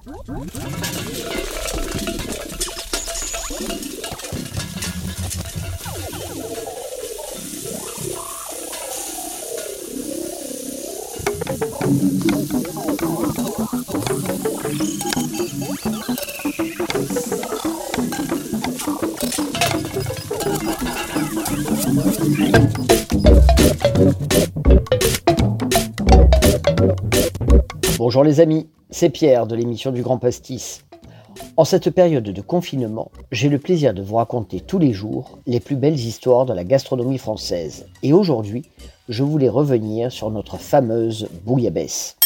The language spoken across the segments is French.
Bonjour les amis, c'est Pierre de l'émission du Grand Pastis. En cette période de confinement, j'ai le plaisir de vous raconter tous les jours les plus belles histoires de la gastronomie française. Et aujourd'hui, je voulais revenir sur notre fameuse bouillabaisse.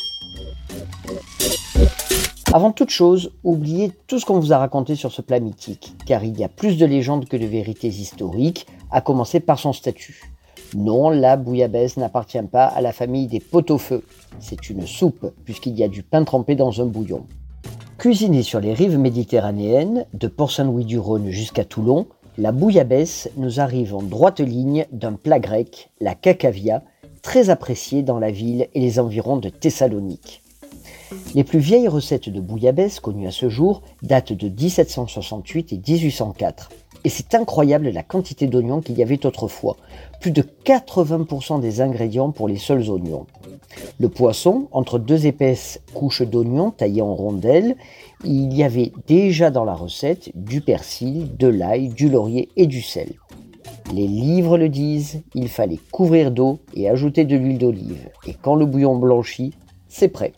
Avant toute chose, oubliez tout ce qu'on vous a raconté sur ce plat mythique, car il y a plus de légendes que de vérités historiques, à commencer par son statut. Non, la bouillabaisse n'appartient pas à la famille des pot-au-feu. C'est une soupe, puisqu'il y a du pain trempé dans un bouillon. Cuisinée sur les rives méditerranéennes, de Port-Saint-Louis-du-Rhône jusqu'à Toulon, la bouillabaisse nous arrive en droite ligne d'un plat grec, la caccavia, très apprécié dans la ville et les environs de Thessalonique. Les plus vieilles recettes de bouillabaisse connues à ce jour datent de 1768 et 1804. Et c'est incroyable la quantité d'oignons qu'il y avait autrefois. Plus de 80% des ingrédients pour les seuls oignons. Le poisson, entre deux épaisses couches d'oignons taillées en rondelles, il y avait déjà dans la recette du persil, de l'ail, du laurier et du sel. Les livres le disent, il fallait couvrir d'eau et ajouter de l'huile d'olive. Et quand le bouillon blanchit, c'est prêt.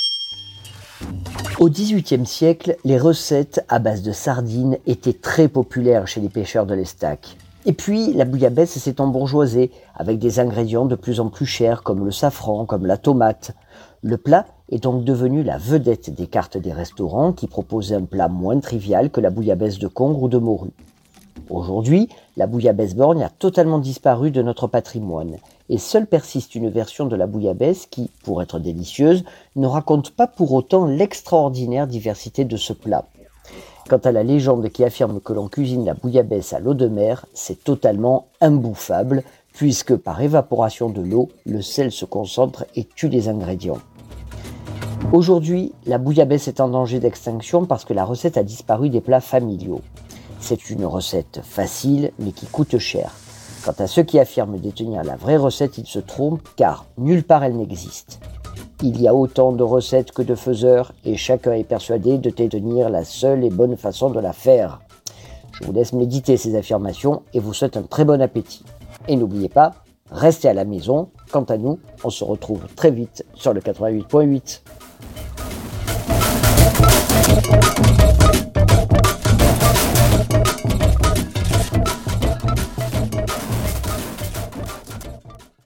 Au XVIIIe siècle, les recettes à base de sardines étaient très populaires chez les pêcheurs de l'Estaque. Et puis, la bouillabaisse s'est embourgeoisée avec des ingrédients de plus en plus chers comme le safran, comme la tomate. Le plat est donc devenu la vedette des cartes des restaurants qui proposaient un plat moins trivial que la bouillabaisse de congre ou de morue. Aujourd'hui, la bouillabaisse borgne a totalement disparu de notre patrimoine et seule persiste une version de la bouillabaisse qui, pour être délicieuse, ne raconte pas pour autant l'extraordinaire diversité de ce plat. Quant à la légende qui affirme que l'on cuisine la bouillabaisse à l'eau de mer, c'est totalement imbouffable puisque par évaporation de l'eau, le sel se concentre et tue les ingrédients. Aujourd'hui, la bouillabaisse est en danger d'extinction parce que la recette a disparu des plats familiaux. C'est une recette facile mais qui coûte cher. Quant à ceux qui affirment détenir la vraie recette, ils se trompent car nulle part elle n'existe. Il y a autant de recettes que de faiseurs et chacun est persuadé de détenir la seule et bonne façon de la faire. Je vous laisse méditer ces affirmations et vous souhaite un très bon appétit. Et n'oubliez pas, restez à la maison. Quant à nous, on se retrouve très vite sur le 88.8.